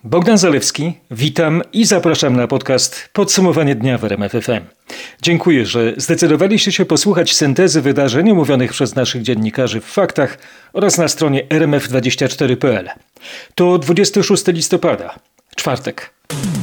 Bogdan Zalewski, witam i zapraszam na podcast Podsumowanie dnia w RMF FM. Dziękuję, że zdecydowaliście się posłuchać syntezy wydarzeń omówionych przez naszych dziennikarzy w Faktach oraz na stronie rmf24.pl. To 26 listopada, czwartek.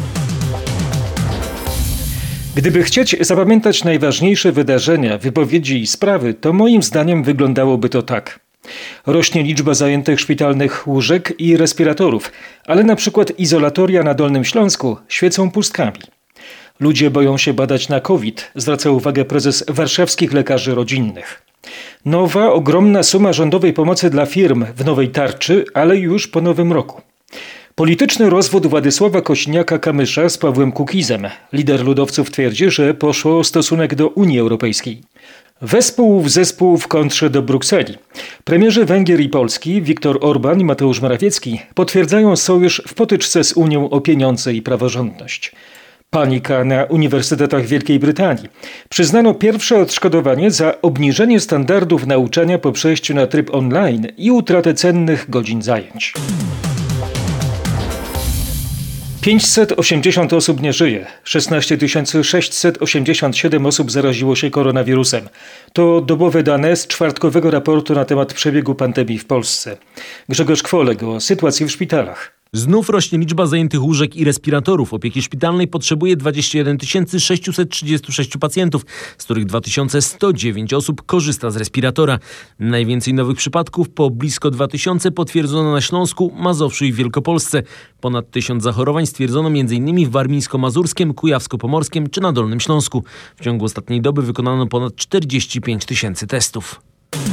Gdyby chcieć zapamiętać najważniejsze wydarzenia, wypowiedzi i sprawy, to moim zdaniem wyglądałoby to tak. Rośnie liczba zajętych szpitalnych łóżek i respiratorów, ale na przykład izolatoria na Dolnym Śląsku świecą pustkami. Ludzie boją się badać na COVID, zwraca uwagę prezes warszawskich lekarzy rodzinnych. Nowa, ogromna suma rządowej pomocy dla firm w nowej tarczy, ale już po nowym roku. Polityczny rozwód Władysława Kosiniaka-Kamysza z Pawłem Kukizem. Lider ludowców twierdzi, że poszło o stosunek do Unii Europejskiej. Wespół w zespół w kontrze do Brukseli. Premierzy Węgier i Polski, Viktor Orban i Mateusz Morawiecki, potwierdzają sojusz w potyczce z Unią o pieniądze i praworządność. Panika na uniwersytetach Wielkiej Brytanii. Przyznano pierwsze odszkodowanie za obniżenie standardów nauczania po przejściu na tryb online i utratę cennych godzin zajęć. 580 osób nie żyje, 16 687 osób zaraziło się koronawirusem. To dobowe dane z czwartkowego raportu na temat przebiegu pandemii w Polsce. Grzegorz Kwolek o sytuacji w szpitalach. Znów rośnie liczba zajętych łóżek i respiratorów. Opieki szpitalnej potrzebuje 21 636 pacjentów, z których 2109 osób korzysta z respiratora. Najwięcej nowych przypadków, po blisko 2000, potwierdzono na Śląsku, Mazowszu i Wielkopolsce. Ponad 1000 zachorowań stwierdzono m.in. w Warmińsko-Mazurskiem, Kujawsko-Pomorskim czy na Dolnym Śląsku. W ciągu ostatniej doby wykonano ponad 45 000 testów.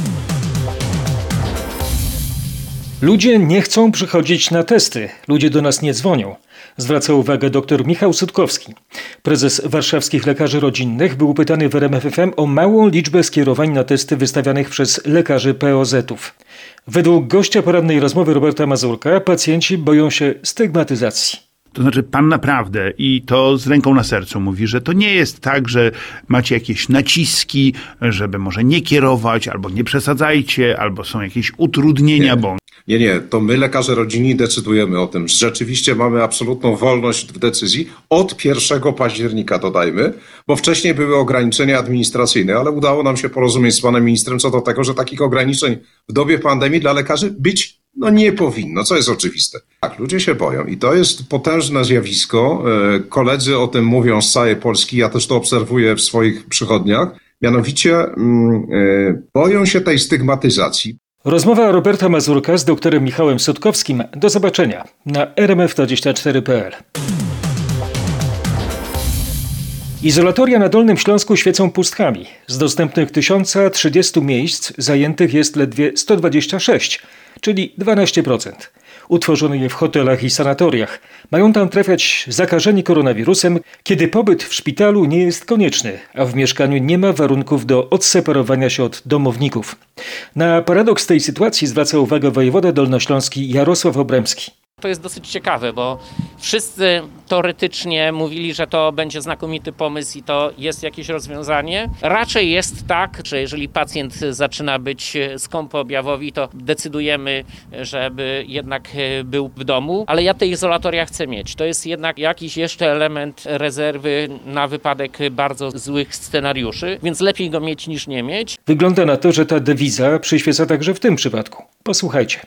Ludzie nie chcą przychodzić na testy. Ludzie do nas nie dzwonią. Zwraca uwagę dr Michał Sutkowski. Prezes warszawskich lekarzy rodzinnych był pytany w RMF FM o małą liczbę skierowań na testy wystawianych przez lekarzy POZ-ów. Według gościa porannej rozmowy Roberta Mazurka pacjenci boją się stygmatyzacji. To znaczy pan naprawdę, i to z ręką na sercu mówi, że to nie jest tak, że macie jakieś naciski, żeby może nie kierować, albo nie przesadzajcie, albo są jakieś utrudnienia, Nie, to my, lekarze rodzinni, decydujemy o tym. Rzeczywiście mamy absolutną wolność w decyzji od 1 października, dodajmy, bo wcześniej były ograniczenia administracyjne, ale udało nam się porozumieć z panem ministrem co do tego, że takich ograniczeń w dobie pandemii dla lekarzy być nie powinno, co jest oczywiste. Tak, ludzie się boją i to jest potężne zjawisko. Koledzy o tym mówią z całej Polski, ja też to obserwuję w swoich przychodniach. Mianowicie boją się tej stygmatyzacji. Rozmowa Roberta Mazurka z doktorem Michałem Sutkowskim. Do zobaczenia na rmf24.pl. Izolatoria na Dolnym Śląsku świecą pustkami. Z dostępnych 1030 miejsc zajętych jest ledwie 126, czyli 12%. Utworzono je w hotelach i sanatoriach. Mają tam trafiać zakażeni koronawirusem, kiedy pobyt w szpitalu nie jest konieczny, a w mieszkaniu nie ma warunków do odseparowania się od domowników. Na paradoks tej sytuacji zwraca uwagę wojewoda dolnośląski Jarosław Obremski. To jest dosyć ciekawe, bo wszyscy teoretycznie mówili, że to będzie znakomity pomysł i to jest jakieś rozwiązanie. Raczej jest tak, że jeżeli pacjent zaczyna być skąpoobjawowy, to decydujemy, żeby jednak był w domu, ale ja te izolatoria chcę mieć. To jest jednak jakiś jeszcze element rezerwy na wypadek bardzo złych scenariuszy, więc lepiej go mieć niż nie mieć. Wygląda na to, że ta dewiza przyświeca także w tym przypadku. Posłuchajcie.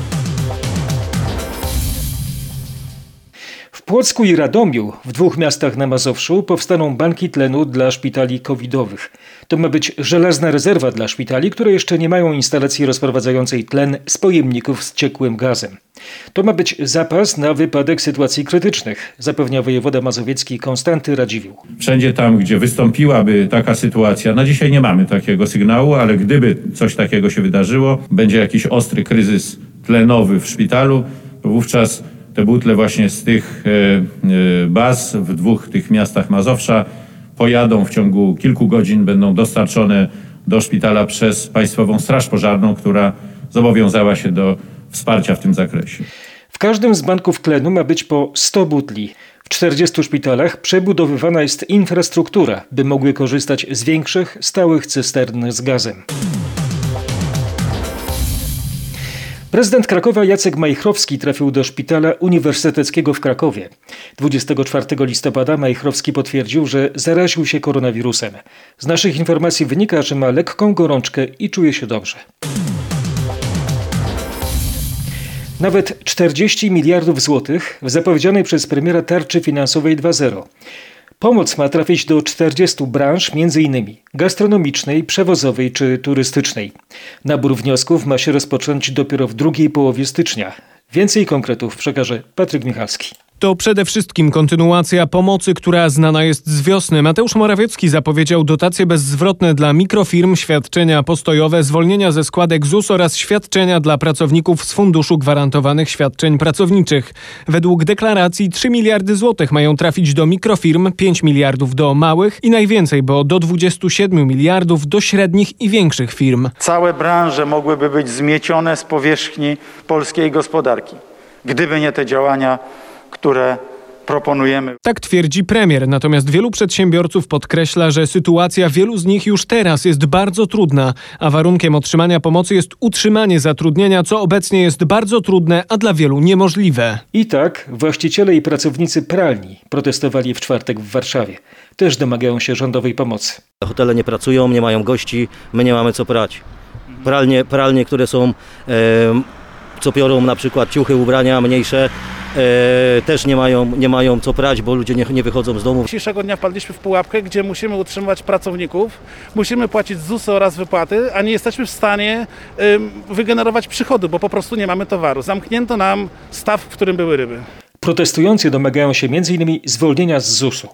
W Płocku i Radomiu, w 2 miastach na Mazowszu, powstaną banki tlenu dla szpitali covidowych. To ma być żelazna rezerwa dla szpitali, które jeszcze nie mają instalacji rozprowadzającej tlen z pojemników z ciekłym gazem. To ma być zapas na wypadek sytuacji krytycznych, zapewnia wojewoda mazowiecki Konstanty Radziwiłł. Wszędzie tam, gdzie wystąpiłaby taka sytuacja, na dzisiaj nie mamy takiego sygnału, ale gdyby coś takiego się wydarzyło, będzie jakiś ostry kryzys tlenowy w szpitalu, to wówczas te butle właśnie z tych baz w 2 tych miastach Mazowsza pojadą w ciągu kilku godzin, będą dostarczone do szpitala przez Państwową Straż Pożarną, która zobowiązała się do wsparcia w tym zakresie. W każdym z banków tlenu ma być po 100 butli. W 40 szpitalach przebudowywana jest infrastruktura, by mogły korzystać z większych, stałych cystern z gazem. Prezydent Krakowa Jacek Majchrowski trafił do Szpitala Uniwersyteckiego w Krakowie. 24 listopada Majchrowski potwierdził, że zaraził się koronawirusem. Z naszych informacji wynika, że ma lekką gorączkę i czuje się dobrze. Nawet 40 miliardów złotych w zapowiedzianej przez premiera tarczy finansowej 2.0. Pomoc ma trafić do 40 branż, m.in. gastronomicznej, przewozowej czy turystycznej. Nabór wniosków ma się rozpocząć dopiero w drugiej połowie stycznia. Więcej konkretów przekaże Patryk Michalski. To przede wszystkim kontynuacja pomocy, która znana jest z wiosny. Mateusz Morawiecki zapowiedział dotacje bezzwrotne dla mikrofirm, świadczenia postojowe, zwolnienia ze składek ZUS oraz świadczenia dla pracowników z Funduszu Gwarantowanych Świadczeń Pracowniczych. Według deklaracji 3 miliardy złotych mają trafić do mikrofirm, 5 miliardów do małych i najwięcej, bo do 27 miliardów do średnich i większych firm. Całe branże mogłyby być zmiecione z powierzchni polskiej gospodarki, gdyby nie te działania, które proponujemy. Tak twierdzi premier, natomiast wielu przedsiębiorców podkreśla, że sytuacja wielu z nich już teraz jest bardzo trudna, a warunkiem otrzymania pomocy jest utrzymanie zatrudnienia, co obecnie jest bardzo trudne, a dla wielu niemożliwe. I tak właściciele i pracownicy pralni protestowali w czwartek w Warszawie. Też domagają się rządowej pomocy. Hotele nie pracują, nie mają gości, my nie mamy co prać. Pralnie, które są, co piorą na przykład ciuchy, ubrania mniejsze, też nie mają co prać, bo ludzie nie wychodzą z domu. Dzisiejszego dnia wpadliśmy w pułapkę, gdzie musimy utrzymywać pracowników, musimy płacić ZUS-y oraz wypłaty, a nie jesteśmy w stanie wygenerować przychodu, bo po prostu nie mamy towaru. Zamknięto nam staw, w którym były ryby. Protestujący domagają się m.in. zwolnienia z ZUS-u.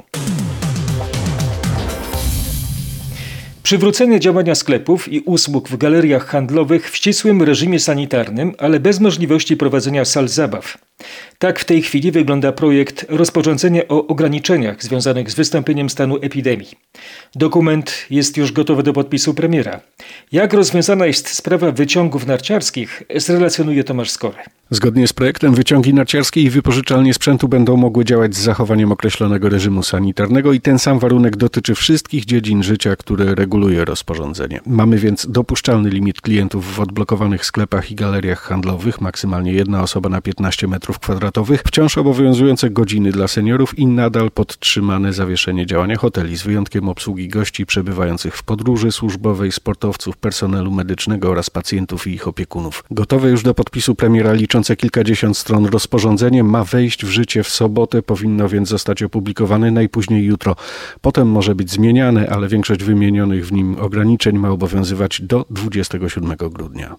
Przywrócenie działania sklepów i usług w galeriach handlowych w ścisłym reżimie sanitarnym, ale bez możliwości prowadzenia sal zabaw. Tak w tej chwili wygląda projekt rozporządzenia o ograniczeniach związanych z wystąpieniem stanu epidemii. Dokument jest już gotowy do podpisu premiera. Jak rozwiązana jest sprawa wyciągów narciarskich, zrelacjonuje Tomasz Skory. Zgodnie z projektem wyciągi narciarskie i wypożyczalnie sprzętu będą mogły działać z zachowaniem określonego reżimu sanitarnego i ten sam warunek dotyczy wszystkich dziedzin życia, które reguluje rozporządzenie. Mamy więc dopuszczalny limit klientów w odblokowanych sklepach i galeriach handlowych, maksymalnie jedna osoba na 15 metrów kwadratowych, wciąż obowiązujące godziny dla seniorów i nadal podtrzymane zawieszenie działania hoteli z wyjątkiem obsługi gości przebywających w podróży służbowej, sportowców, personelu medycznego oraz pacjentów i ich opiekunów. Gotowe już do podpisu premiera liczące kilkadziesiąt stron rozporządzenie ma wejść w życie w sobotę, powinno więc zostać opublikowane najpóźniej jutro. Potem może być zmieniane, ale większość wymienionych w nim ograniczeń ma obowiązywać do 27 grudnia.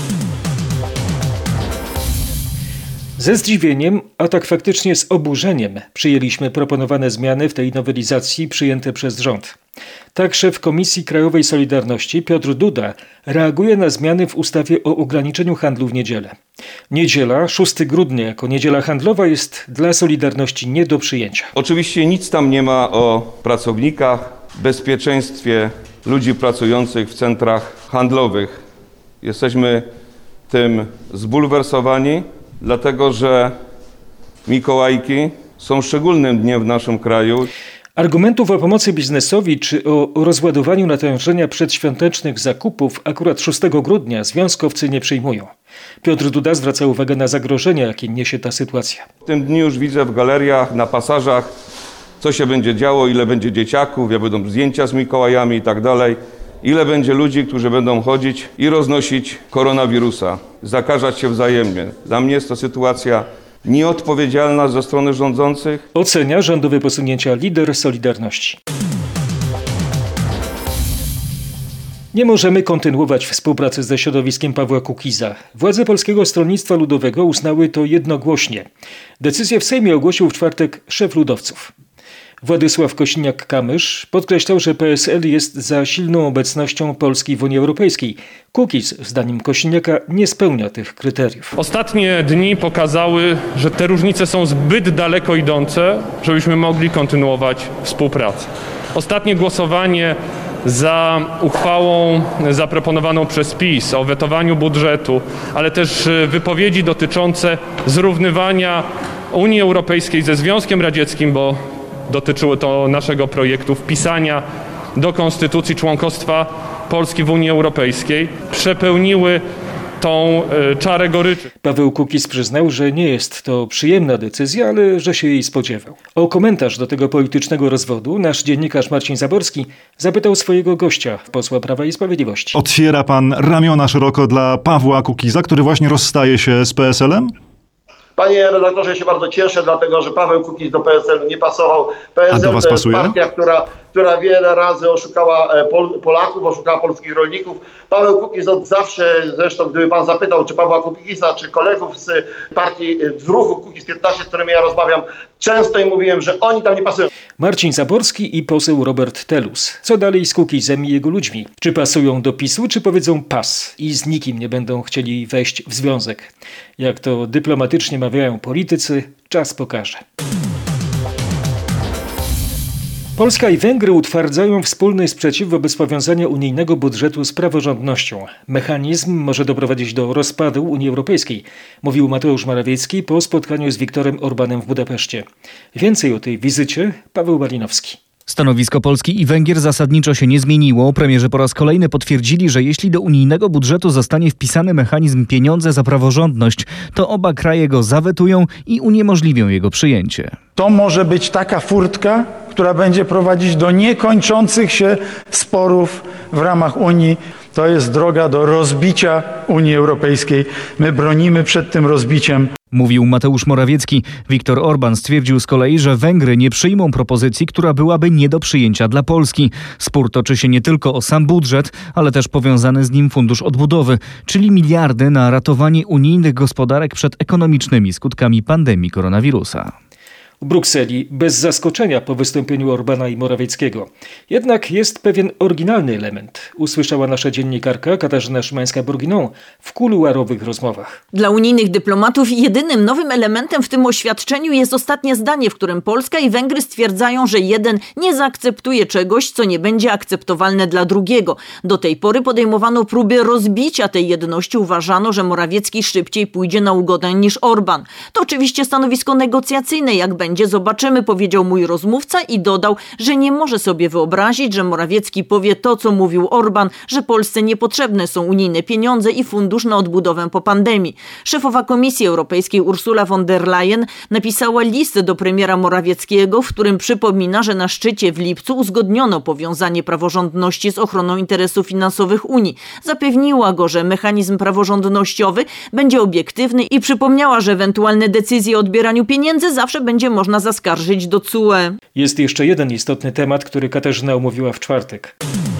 Ze zdziwieniem, a tak faktycznie z oburzeniem przyjęliśmy proponowane zmiany w tej nowelizacji przyjęte przez rząd. Tak szef Komisji Krajowej Solidarności Piotr Duda reaguje na zmiany w ustawie o ograniczeniu handlu w niedzielę. Niedziela, 6 grudnia jako niedziela handlowa jest dla Solidarności nie do przyjęcia. Oczywiście nic tam nie ma o pracownikach, bezpieczeństwie ludzi pracujących w centrach handlowych. Jesteśmy tym zbulwersowani, dlatego że Mikołajki są szczególnym dniem w naszym kraju. Argumentów o pomocy biznesowi czy o rozładowaniu natężenia przedświątecznych zakupów akurat 6 grudnia związkowcy nie przyjmują. Piotr Duda zwraca uwagę na zagrożenia, jakie niesie ta sytuacja. W tym dniu już widzę w galeriach, na pasażach, co się będzie działo, ile będzie dzieciaków, jak będą zdjęcia z Mikołajami i tak dalej. Ile będzie ludzi, którzy będą chodzić i roznosić koronawirusa, zakażać się wzajemnie. Dla mnie jest to sytuacja nieodpowiedzialna ze strony rządzących. Ocenia rządowe posunięcia lider Solidarności. Nie możemy kontynuować współpracy ze środowiskiem Pawła Kukiza. Władze Polskiego Stronnictwa Ludowego uznały to jednogłośnie. Decyzję w Sejmie ogłosił w czwartek szef ludowców. Władysław Kosiniak-Kamysz podkreślał, że PSL jest za silną obecnością Polski w Unii Europejskiej. Kukiz, zdaniem Kosiniaka, nie spełnia tych kryteriów. Ostatnie dni pokazały, że te różnice są zbyt daleko idące, żebyśmy mogli kontynuować współpracę. Ostatnie głosowanie za uchwałą zaproponowaną przez PiS o wetowaniu budżetu, ale też wypowiedzi dotyczące zrównywania Unii Europejskiej ze Związkiem Radzieckim, bo dotyczyło to naszego projektu wpisania do konstytucji członkostwa Polski w Unii Europejskiej, przepełniły tą czarę goryczy. Paweł Kukiz przyznał, że nie jest to przyjemna decyzja, ale że się jej spodziewał. O komentarz do tego politycznego rozwodu nasz dziennikarz Marcin Zaborski zapytał swojego gościa, posła Prawa i Sprawiedliwości. Otwiera pan ramiona szeroko dla Pawła Kukiza, który właśnie rozstaje się z PSL-em? Panie redaktorze, ja się bardzo cieszę, dlatego że Paweł Kukiz do PSL-u nie pasował. PSL do was to jest pasuje? partia, która wiele razy oszukała Polaków, oszukała polskich rolników. Paweł Kukiz od zawsze, zresztą gdyby pan zapytał, czy Pawła Kukiza, czy kolegów z partii, z ruchu Kukiz 15, z którymi ja rozmawiam, często im mówiłem, że oni tam nie pasują. Marcin Zaborski i poseł Robert Telus. Co dalej z Kukizem i jego ludźmi? Czy pasują do PiS-u, czy powiedzą pas i z nikim nie będą chcieli wejść w związek? Jak to dyplomatycznie mawiają politycy, czas pokaże. Polska i Węgry utwardzają wspólny sprzeciw wobec powiązania unijnego budżetu z praworządnością. Mechanizm może doprowadzić do rozpadu Unii Europejskiej, mówił Mateusz Morawiecki po spotkaniu z Viktorem Orbanem w Budapeszcie. Więcej o tej wizycie Paweł Balinowski. Stanowisko Polski i Węgier zasadniczo się nie zmieniło. Premierzy po raz kolejny potwierdzili, że jeśli do unijnego budżetu zostanie wpisany mechanizm pieniądze za praworządność, to oba kraje go zawetują i uniemożliwią jego przyjęcie. To może być taka furtka, która będzie prowadzić do niekończących się sporów w ramach Unii. To jest droga do rozbicia Unii Europejskiej. My bronimy przed tym rozbiciem. Mówił Mateusz Morawiecki. Viktor Orban stwierdził z kolei, że Węgry nie przyjmą propozycji, która byłaby nie do przyjęcia dla Polski. Spór toczy się nie tylko o sam budżet, ale też powiązany z nim fundusz odbudowy, czyli miliardy na ratowanie unijnych gospodarek przed ekonomicznymi skutkami pandemii koronawirusa. W Brukseli bez zaskoczenia po wystąpieniu Orbana i Morawieckiego. Jednak jest pewien oryginalny element, usłyszała nasza dziennikarka Katarzyna Szymańska-Bourguignon w kuluarowych rozmowach. Dla unijnych dyplomatów jedynym nowym elementem w tym oświadczeniu jest ostatnie zdanie, w którym Polska i Węgry stwierdzają, że jeden nie zaakceptuje czegoś, co nie będzie akceptowalne dla drugiego. Do tej pory podejmowano próby rozbicia tej jedności. Uważano, że Morawiecki szybciej pójdzie na ugodę niż Orban. To oczywiście stanowisko negocjacyjne, jak będzie zobaczymy, powiedział mój rozmówca i dodał, że nie może sobie wyobrazić, że Morawiecki powie to, co mówił Orban, że Polsce niepotrzebne są unijne pieniądze i fundusz na odbudowę po pandemii. Szefowa Komisji Europejskiej Ursula von der Leyen napisała list do premiera Morawieckiego, w którym przypomina, że na szczycie w lipcu uzgodniono powiązanie praworządności z ochroną interesów finansowych Unii. Zapewniła go, że mechanizm praworządnościowy będzie obiektywny i przypomniała, że ewentualne decyzje o odbieraniu pieniędzy zawsze będzie można zaskarżyć do TSUE. Jest jeszcze jeden istotny temat, który Katarzyna omówiła w czwartek.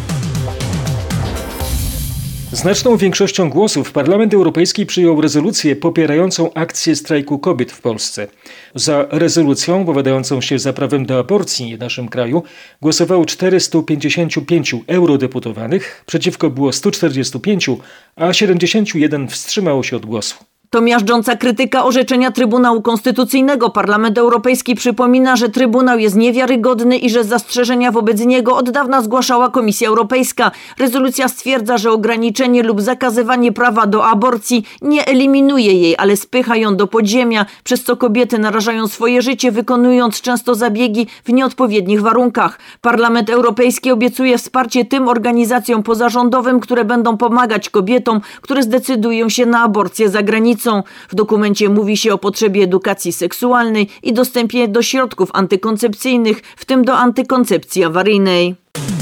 Znaczną większością głosów Parlament Europejski przyjął rezolucję popierającą akcję strajku kobiet w Polsce. Za rezolucją opowiadającą się za prawem do aborcji w naszym kraju głosowało 455 eurodeputowanych, przeciwko było 145, a 71 wstrzymało się od głosu. To miażdżąca krytyka orzeczenia Trybunału Konstytucyjnego. Parlament Europejski przypomina, że Trybunał jest niewiarygodny i że zastrzeżenia wobec niego od dawna zgłaszała Komisja Europejska. Rezolucja stwierdza, że ograniczenie lub zakazywanie prawa do aborcji nie eliminuje jej, ale spycha ją do podziemia, przez co kobiety narażają swoje życie, wykonując często zabiegi w nieodpowiednich warunkach. Parlament Europejski obiecuje wsparcie tym organizacjom pozarządowym, które będą pomagać kobietom, które zdecydują się na aborcję za granicą. W dokumencie mówi się o potrzebie edukacji seksualnej i dostępie do środków antykoncepcyjnych, w tym do antykoncepcji awaryjnej.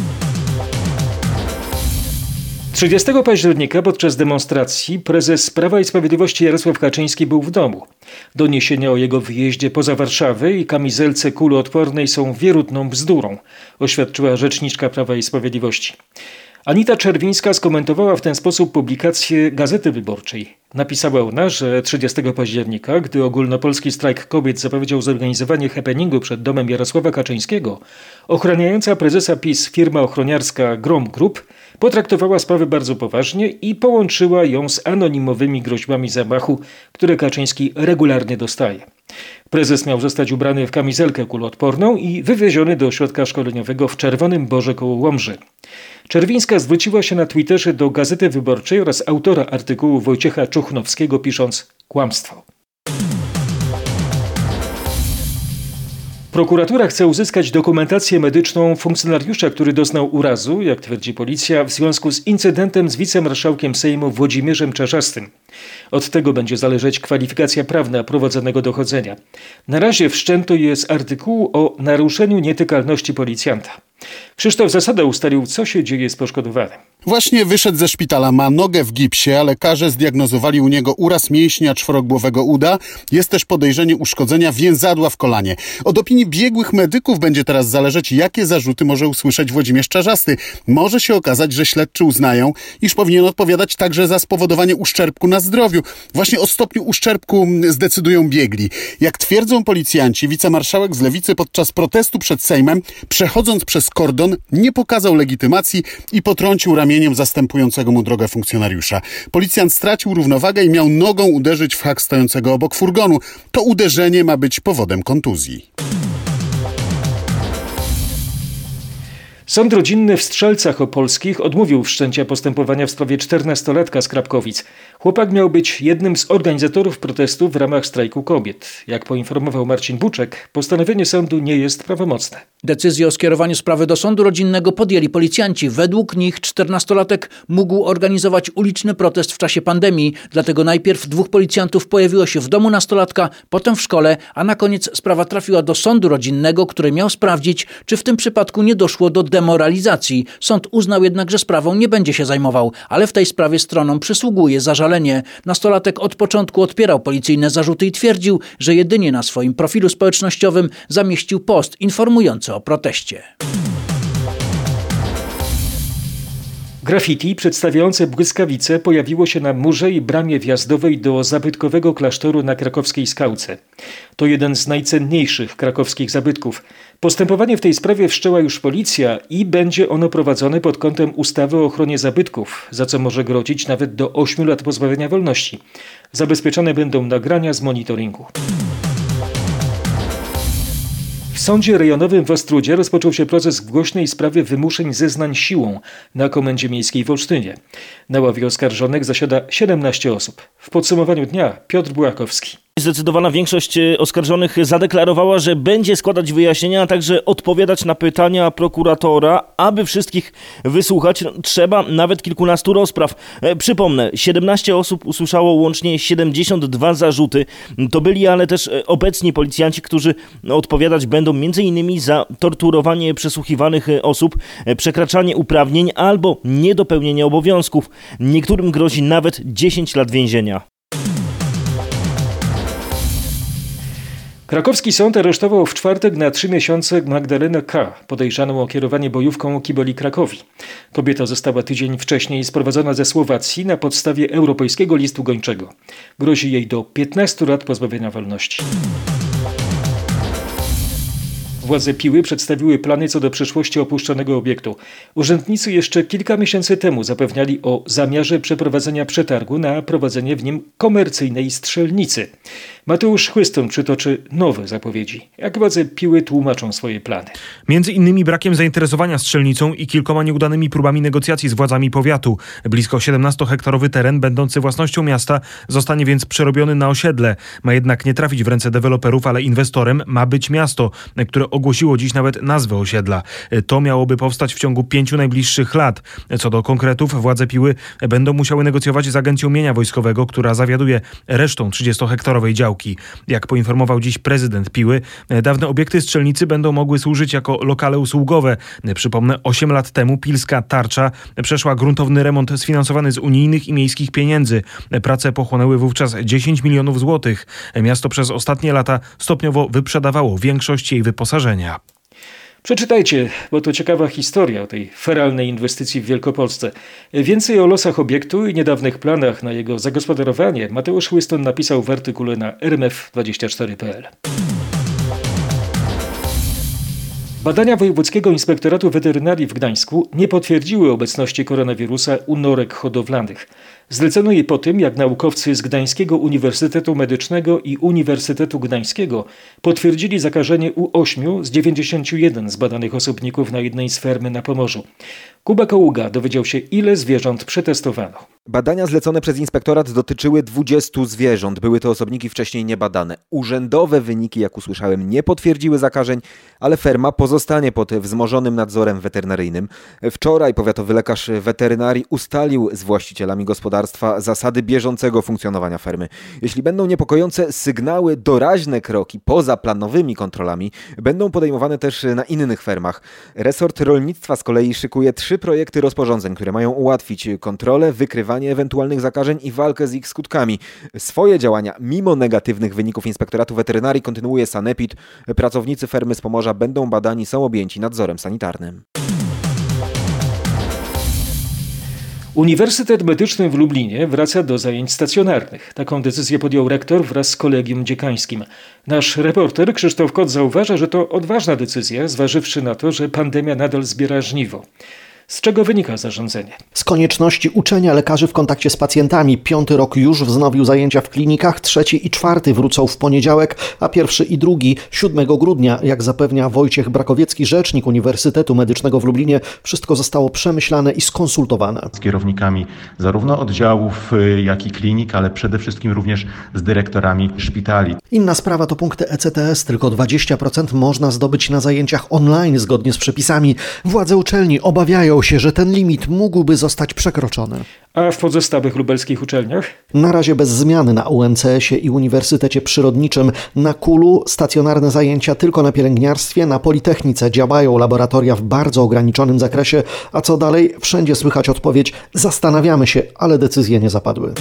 30 października podczas demonstracji prezes Prawa i Sprawiedliwości Jarosław Kaczyński był w domu. Doniesienia o jego wyjeździe poza Warszawę i kamizelce kuloodpornej są wierutną bzdurą, oświadczyła rzeczniczka Prawa i Sprawiedliwości. Anita Czerwińska skomentowała w ten sposób publikację Gazety Wyborczej. Napisała ona, że 30 października, gdy ogólnopolski strajk kobiet zapowiedział zorganizowanie happeningu przed domem Jarosława Kaczyńskiego, ochraniająca prezesa PiS firma ochroniarska Grom Group potraktowała sprawę bardzo poważnie i połączyła ją z anonimowymi groźbami zamachu, które Kaczyński regularnie dostaje. Prezes miał zostać ubrany w kamizelkę kuloodporną i wywieziony do ośrodka szkoleniowego w Czerwonym Borze koło Łomży. Czerwińska zwróciła się na Twitterze do Gazety Wyborczej oraz autora artykułu Wojciecha Czuchnowskiego, pisząc kłamstwo. Prokuratura chce uzyskać dokumentację medyczną funkcjonariusza, który doznał urazu, jak twierdzi policja, w związku z incydentem z wicemarszałkiem Sejmu Włodzimierzem Czarzastym. Od tego będzie zależeć kwalifikacja prawna prowadzonego dochodzenia. Na razie wszczęto je z artykułu o naruszeniu nietykalności policjanta. Krzysztof Zasada ustalił, co się dzieje z poszkodowanym. Właśnie wyszedł ze szpitala, ma nogę w gipsie, a lekarze zdiagnozowali u niego uraz mięśnia czworogłowego uda. Jest też podejrzenie uszkodzenia więzadła w kolanie. Od opinii biegłych medyków będzie teraz zależeć, jakie zarzuty może usłyszeć Włodzimierz Czarzasty. Może się okazać, że śledczy uznają, iż powinien odpowiadać także za spowodowanie uszczerbku na zdrowiu. Właśnie o stopniu uszczerbku zdecydują biegli. Jak twierdzą policjanci, wicemarszałek z Lewicy podczas protestu przed Sejmem, przechodząc przez kordon, nie pokazał legitymacji i potrącił ramieniem zastępującego mu drogę funkcjonariusza. Policjant stracił równowagę i miał nogą uderzyć w hak stojącego obok furgonu. To uderzenie ma być powodem kontuzji. Sąd rodzinny w Strzelcach Opolskich odmówił wszczęcia postępowania w sprawie 14-latka z Krapkowic. Chłopak miał być jednym z organizatorów protestu w ramach strajku kobiet. Jak poinformował Marcin Buczek, postanowienie sądu nie jest prawomocne. Decyzję o skierowaniu sprawy do sądu rodzinnego podjęli policjanci. Według nich 14-latek mógł organizować uliczny protest w czasie pandemii. Dlatego najpierw 2 policjantów pojawiło się w domu nastolatka, potem w szkole, a na koniec sprawa trafiła do sądu rodzinnego, który miał sprawdzić, czy w tym przypadku nie doszło do demoralizacji. Sąd uznał jednak, że sprawą nie będzie się zajmował, ale w tej sprawie stronom przysługuje zażalenie. Nastolatek od początku odpierał policyjne zarzuty i twierdził, że jedynie na swoim profilu społecznościowym zamieścił post informujący o proteście. Graffiti przedstawiające błyskawice pojawiło się na murze i bramie wjazdowej do zabytkowego klasztoru na krakowskiej Skałce. To jeden z najcenniejszych krakowskich zabytków. Postępowanie w tej sprawie wszczęła już policja i będzie ono prowadzone pod kątem ustawy o ochronie zabytków, za co może grozić nawet do 8 lat pozbawienia wolności. Zabezpieczone będą nagrania z monitoringu. W sądzie rejonowym w Ostródzie rozpoczął się proces w głośnej sprawie wymuszeń zeznań siłą na Komendzie Miejskiej w Olsztynie. Na ławie oskarżonych zasiada 17 osób. W podsumowaniu dnia Piotr Bułakowski. Zdecydowana większość oskarżonych zadeklarowała, że będzie składać wyjaśnienia, a także odpowiadać na pytania prokuratora. Aby wszystkich wysłuchać, trzeba nawet kilkunastu rozpraw. Przypomnę, 17 osób usłyszało łącznie 72 zarzuty. To byli ale też obecni policjanci, którzy odpowiadać będą m.in. za torturowanie przesłuchiwanych osób, przekraczanie uprawnień albo niedopełnienie obowiązków. Niektórym grozi nawet 10 lat więzienia. Krakowski sąd aresztował w czwartek na 3 miesiące Magdalenę K., podejrzaną o kierowanie bojówką Kiboli Krakowi. Kobieta została tydzień wcześniej sprowadzona ze Słowacji na podstawie europejskiego listu gończego. Grozi jej do 15 lat pozbawienia wolności. Władze Piły przedstawiły plany co do przyszłości opuszczonego obiektu. Urzędnicy jeszcze kilka miesięcy temu zapewniali o zamiarze przeprowadzenia przetargu na prowadzenie w nim komercyjnej strzelnicy. Mateusz Chłystun przytoczy nowe zapowiedzi. Jak władze Piły tłumaczą swoje plany? Między innymi brakiem zainteresowania strzelnicą i kilkoma nieudanymi próbami negocjacji z władzami powiatu. Blisko 17-hektarowy teren będący własnością miasta zostanie więc przerobiony na osiedle. Ma jednak nie trafić w ręce deweloperów, ale inwestorem ma być miasto, które ogłosiło dziś nawet nazwę osiedla. To miałoby powstać w ciągu 5 najbliższych lat. Co do konkretów, władze Piły będą musiały negocjować z Agencją Mienia Wojskowego, która zawiaduje resztą 30-hektarowej działki. Jak poinformował dziś prezydent Piły, dawne obiekty strzelnicy będą mogły służyć jako lokale usługowe. Przypomnę, 8 lat temu pilska Tarcza przeszła gruntowny remont sfinansowany z unijnych i miejskich pieniędzy. Prace pochłonęły wówczas 10 milionów złotych. Miasto przez ostatnie lata stopniowo wyprzedawało większość jej wyposażenia. Przeczytajcie, bo to ciekawa historia o tej feralnej inwestycji w Wielkopolsce. Więcej o losach obiektu i niedawnych planach na jego zagospodarowanie Mateusz Chłystun napisał w artykule na rmf24.pl. Badania Wojewódzkiego Inspektoratu Weterynarii w Gdańsku nie potwierdziły obecności koronawirusa u norek hodowlanych. Zlecono jej po tym, jak naukowcy z Gdańskiego Uniwersytetu Medycznego i Uniwersytetu Gdańskiego potwierdzili zakażenie u 8 z 91 zbadanych osobników na jednej z fermy na Pomorzu. Kuba Koługa dowiedział się, ile zwierząt przetestowano. Badania zlecone przez inspektorat dotyczyły 20 zwierząt. Były to osobniki wcześniej niebadane. Urzędowe wyniki, jak usłyszałem, nie potwierdziły zakażeń, ale ferma pozostanie pod wzmożonym nadzorem weterynaryjnym. Wczoraj powiatowy lekarz weterynarii ustalił z właścicielami gospodarstwa zasady bieżącego funkcjonowania fermy. Jeśli będą niepokojące sygnały, doraźne kroki poza planowymi kontrolami będą podejmowane też na innych fermach. Resort rolnictwa z kolei szykuje 3 projekty rozporządzeń, które mają ułatwić kontrolę, wykrywanie ewentualnych zakażeń i walkę z ich skutkami. Swoje działania, mimo negatywnych wyników Inspektoratu Weterynarii, kontynuuje Sanepid. Pracownicy fermy z Pomorza będą badani, są objęci nadzorem sanitarnym. Uniwersytet Medyczny w Lublinie wraca do zajęć stacjonarnych. Taką decyzję podjął rektor wraz z kolegium dziekańskim. Nasz reporter Krzysztof Kot zauważa, że to odważna decyzja, zważywszy na to, że pandemia nadal zbiera żniwo. Z czego wynika zarządzenie? Z konieczności uczenia lekarzy w kontakcie z pacjentami. 5. rok już wznowił zajęcia w klinikach, 3. i 4. wrócą w poniedziałek, a 1. i 2. 7 grudnia. Jak zapewnia Wojciech Brakowiecki, rzecznik Uniwersytetu Medycznego w Lublinie, wszystko zostało przemyślane i skonsultowane. Z kierownikami zarówno oddziałów, jak i klinik, ale przede wszystkim również z dyrektorami szpitali. Inna sprawa to punkty ECTS. Tylko 20% można zdobyć na zajęciach online zgodnie z przepisami. Władze uczelni obawiają się, że ten limit mógłby zostać przekroczony. A w pozostałych lubelskich uczelniach? Na razie bez zmiany na UNCS-ie i Uniwersytecie Przyrodniczym. Na KUL-u stacjonarne zajęcia tylko na pielęgniarstwie, na Politechnice działają laboratoria w bardzo ograniczonym zakresie, a co dalej? Wszędzie słychać odpowiedź: zastanawiamy się, ale decyzje nie zapadły.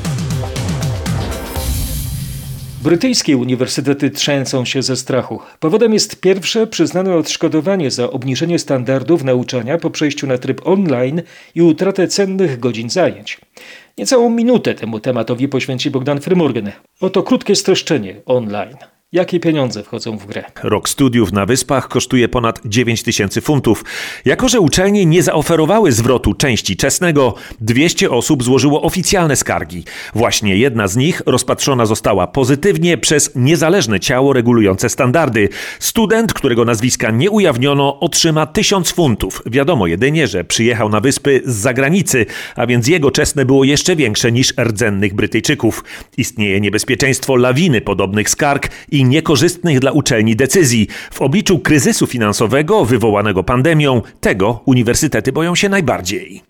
Brytyjskie uniwersytety trzęsą się ze strachu. Powodem jest pierwsze przyznane odszkodowanie za obniżenie standardów nauczania po przejściu na tryb online i utratę cennych godzin zajęć. Niecałą minutę temu tematowi poświęci Bogdan Frymorgan. Oto krótkie streszczenie online. Jakie pieniądze wchodzą w grę? Rok studiów na Wyspach kosztuje ponad 9000 funtów. Jako że uczelnie nie zaoferowały zwrotu części czesnego, 200 osób złożyło oficjalne skargi. Właśnie jedna z nich rozpatrzona została pozytywnie przez niezależne ciało regulujące standardy. Student, którego nazwiska nie ujawniono, otrzyma 1000 funtów. Wiadomo jedynie, że przyjechał na Wyspy z zagranicy, a więc jego czesne było jeszcze większe niż rdzennych Brytyjczyków. Istnieje niebezpieczeństwo lawiny podobnych skarg i niekorzystnych dla uczelni decyzji. W obliczu kryzysu finansowego wywołanego pandemią, tego uniwersytety boją się najbardziej.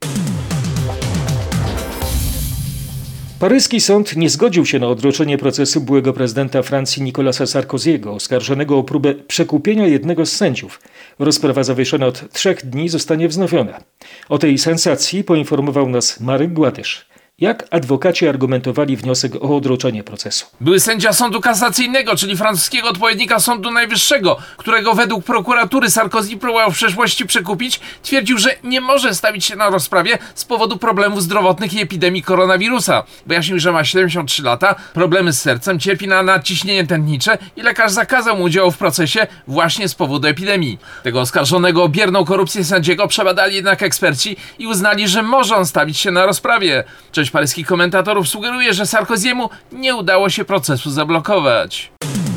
Paryski sąd nie zgodził się na odroczenie procesu byłego prezydenta Francji Nicolasa Sarkozy'ego, oskarżonego o próbę przekupienia jednego z sędziów. Rozprawa zawieszona od 3 dni zostanie wznowiona. O tej sensacji poinformował nas Marek Gładysz. Jak adwokaci argumentowali wniosek o odroczenie procesu? Były sędzia sądu kasacyjnego, czyli francuskiego odpowiednika Sądu Najwyższego, którego według prokuratury Sarkozy próbował w przeszłości przekupić, twierdził, że nie może stawić się na rozprawie z powodu problemów zdrowotnych i epidemii koronawirusa. Wyjaśnił, że ma 73 lata, problemy z sercem, cierpi na nadciśnienie tętnicze i lekarz zakazał mu udziału w procesie właśnie z powodu epidemii. Tego oskarżonego o bierną korupcję sędziego przebadali jednak eksperci i uznali, że może on stawić się na rozprawie. Część paryskich komentatorów sugeruje, że Sarkozy'emu nie udało się procesu zablokować.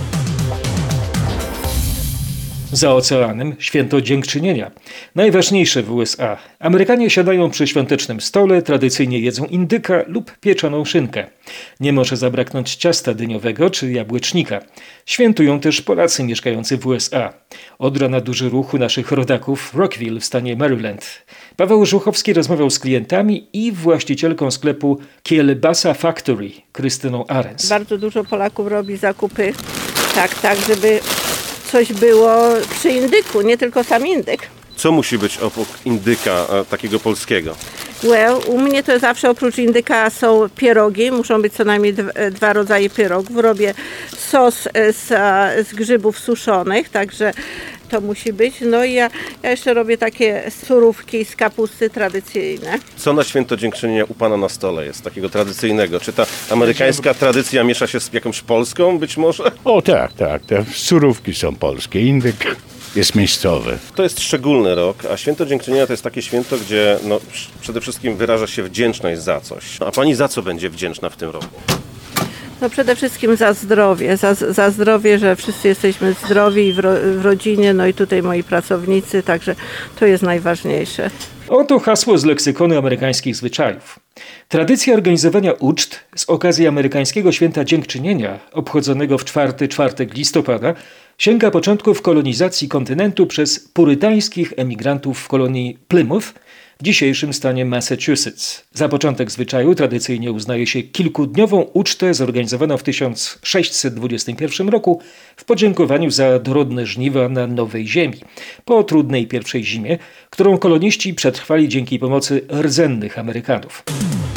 Za oceanem święto Dziękczynienia. Najważniejsze w USA. Amerykanie siadają przy świątecznym stole, tradycyjnie jedzą indyka lub pieczoną szynkę. Nie może zabraknąć ciasta dyniowego czy jabłecznika. Świętują też Polacy mieszkający w USA. Od rana duży ruch u naszych rodaków w Rockville w stanie Maryland. Paweł Żuchowski rozmawiał z klientami i właścicielką sklepu Kielbasa Factory, Krystyną Arens. Bardzo dużo Polaków robi zakupy tak, żeby coś było przy indyku, nie tylko sam indyk. Co musi być obok indyka takiego polskiego? U mnie to zawsze oprócz indyka są pierogi, muszą być co najmniej 2 rodzaje pierogów. Robię sos z grzybów suszonych, także to musi być. No i ja jeszcze robię takie surówki z kapusty tradycyjne. Co na święto Dziękczynienia u Pana na stole jest takiego tradycyjnego? Czy ta amerykańska tradycja miesza się z jakąś polską być może? O tak, te surówki są polskie, indyk jest miejscowy. To jest szczególny rok, a Święto Dziękczynienia to jest takie święto, gdzie przede wszystkim wyraża się wdzięczność za coś. A pani za co będzie wdzięczna w tym roku? No przede wszystkim za zdrowie, za zdrowie, że wszyscy jesteśmy zdrowi w rodzinie, no i tutaj moi pracownicy, także to jest najważniejsze. Oto hasło z leksykonu amerykańskich zwyczajów. Tradycja organizowania uczt z okazji amerykańskiego Święta Dziękczynienia, obchodzonego w czwartek listopada, sięga początków kolonizacji kontynentu przez purytańskich emigrantów w kolonii Plymouth w dzisiejszym stanie Massachusetts. Za początek zwyczaju tradycyjnie uznaje się kilkudniową ucztę zorganizowaną w 1621 roku w podziękowaniu za dorodne żniwa na Nowej Ziemi, po trudnej pierwszej zimie, którą koloniści przetrwali dzięki pomocy rdzennych Amerykanów.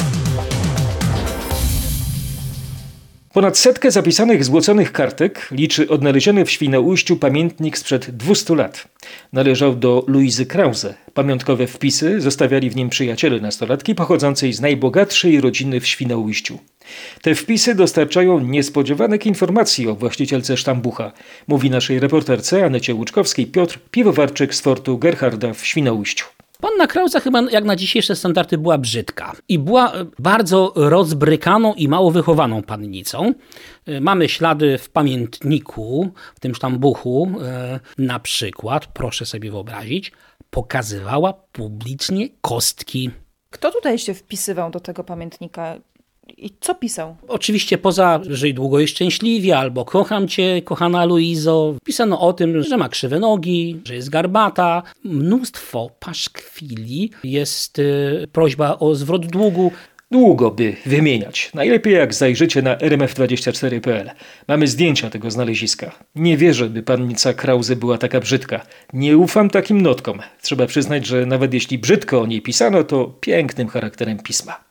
Ponad 100 zapisanych złoconych kartek liczy odnaleziony w Świnoujściu pamiętnik sprzed 200 lat. Należał do Luizy Krause. Pamiątkowe wpisy zostawiali w nim przyjaciele nastolatki pochodzącej z najbogatszej rodziny w Świnoujściu. Te wpisy dostarczają niespodziewanych informacji o właścicielce sztambucha, mówi naszej reporterce Anecie Łuczkowskiej Piotr Piwowarczyk z fortu Gerharda w Świnoujściu. Panna Krause chyba jak na dzisiejsze standardy była brzydka i była bardzo rozbrykaną i mało wychowaną pannicą. Mamy ślady w pamiętniku, w tym sztambuchu, na przykład, proszę sobie wyobrazić, pokazywała publicznie kostki. Kto tutaj się wpisywał do tego pamiętnika? I co pisał? Oczywiście poza żyj długo i szczęśliwie albo kocham cię, kochana Luizo, pisano o tym, że ma krzywe nogi, że jest garbata. Mnóstwo paszkwili, jest prośba o zwrot długu. Długo by wymieniać. Najlepiej jak zajrzycie na rmf24.pl. Mamy zdjęcia tego znaleziska. Nie wierzę, by pannica Krause była taka brzydka. Nie ufam takim notkom. Trzeba przyznać, że nawet jeśli brzydko o niej pisano, to pięknym charakterem pisma.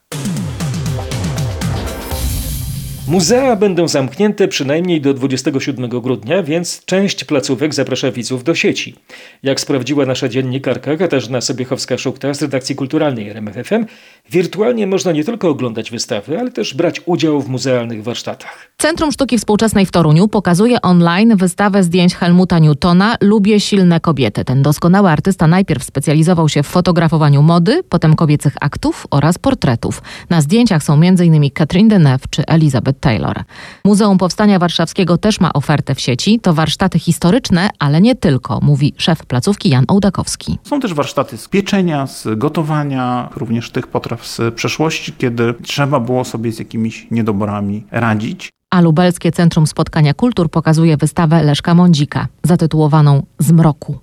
Muzea będą zamknięte przynajmniej do 27 grudnia, więc część placówek zaprasza widzów do sieci. Jak sprawdziła nasza dziennikarka Katarzyna Sobiechowska-Szukta z redakcji kulturalnej RMF FM, wirtualnie można nie tylko oglądać wystawy, ale też brać udział w muzealnych warsztatach. Centrum Sztuki Współczesnej w Toruniu pokazuje online wystawę zdjęć Helmuta Newtona Lubię silne kobiety. Ten doskonały artysta najpierw specjalizował się w fotografowaniu mody, potem kobiecych aktów oraz portretów. Na zdjęciach są m.in. Catherine Deneuve czy Elizabeth Taylor. Muzeum Powstania Warszawskiego też ma ofertę w sieci. To warsztaty historyczne, ale nie tylko, mówi szef placówki Jan Ołdakowski. Są też warsztaty z pieczenia, z gotowania, również tych potraw z przeszłości, kiedy trzeba było sobie z jakimiś niedoborami radzić. A lubelskie Centrum Spotkania Kultur pokazuje wystawę Leszka Mądzika, zatytułowaną Zmroku.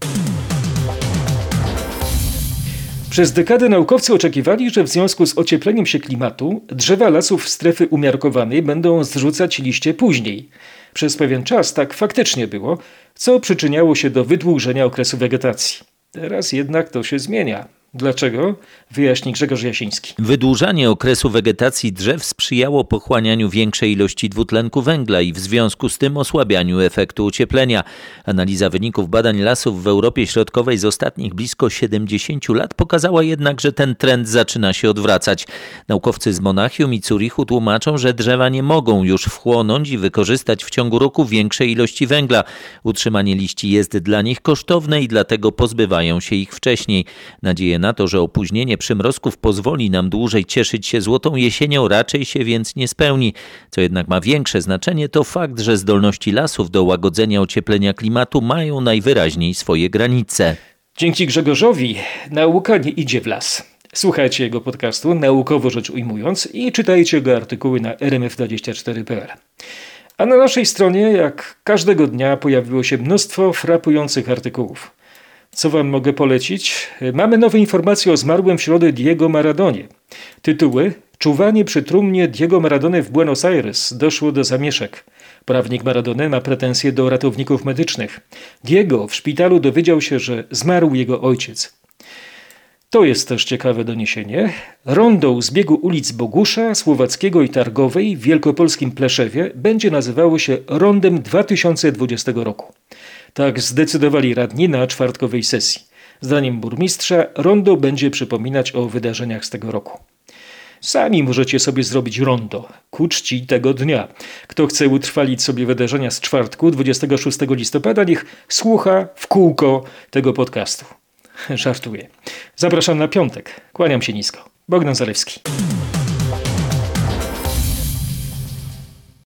Przez dekadę naukowcy oczekiwali, że w związku z ociepleniem się klimatu drzewa lasów strefy umiarkowanej będą zrzucać liście później. Przez pewien czas tak faktycznie było, co przyczyniało się do wydłużenia okresu wegetacji. Teraz jednak to się zmienia. Dlaczego? Wyjaśni Grzegorz Jasiński. Wydłużanie okresu wegetacji drzew sprzyjało pochłanianiu większej ilości dwutlenku węgla i w związku z tym osłabianiu efektu ocieplenia. Analiza wyników badań lasów w Europie Środkowej z ostatnich blisko 70 lat pokazała jednak, że ten trend zaczyna się odwracać. Naukowcy z Monachium i Zurichu tłumaczą, że drzewa nie mogą już wchłonąć i wykorzystać w ciągu roku większej ilości węgla. Utrzymanie liści jest dla nich kosztowne i dlatego pozbywają się ich wcześniej. Nadzieję na to, że opóźnienie przymrozków pozwoli nam dłużej cieszyć się złotą jesienią, raczej się więc nie spełni. Co jednak ma większe znaczenie, to fakt, że zdolności lasów do łagodzenia ocieplenia klimatu mają najwyraźniej swoje granice. Dzięki Grzegorzowi nauka nie idzie w las. Słuchajcie jego podcastu, naukowo rzecz ujmując, i czytajcie jego artykuły na rmf24.pl. A na naszej stronie, jak każdego dnia, pojawiło się mnóstwo frapujących artykułów. Co wam mogę polecić? Mamy nowe informacje o zmarłym w środę Diego Maradonie. Tytuły: Czuwanie przy trumnie Diego Maradony w Buenos Aires. Doszło do zamieszek. Prawnik Maradony ma pretensje do ratowników medycznych. Diego w szpitalu dowiedział się, że zmarł jego ojciec. To jest też ciekawe doniesienie. Rondo z biegu ulic Bogusza, Słowackiego i Targowej w wielkopolskim Pleszewie będzie nazywało się Rondem 2020 roku. Tak zdecydowali radni na czwartkowej sesji. Zdaniem burmistrza rondo będzie przypominać o wydarzeniach z tego roku. Sami możecie sobie zrobić rondo ku czci tego dnia. Kto chce utrwalić sobie wydarzenia z czwartku, 26 listopada, niech słucha w kółko tego podcastu. Żartuję. Zapraszam na piątek. Kłaniam się nisko. Bogdan Zalewski.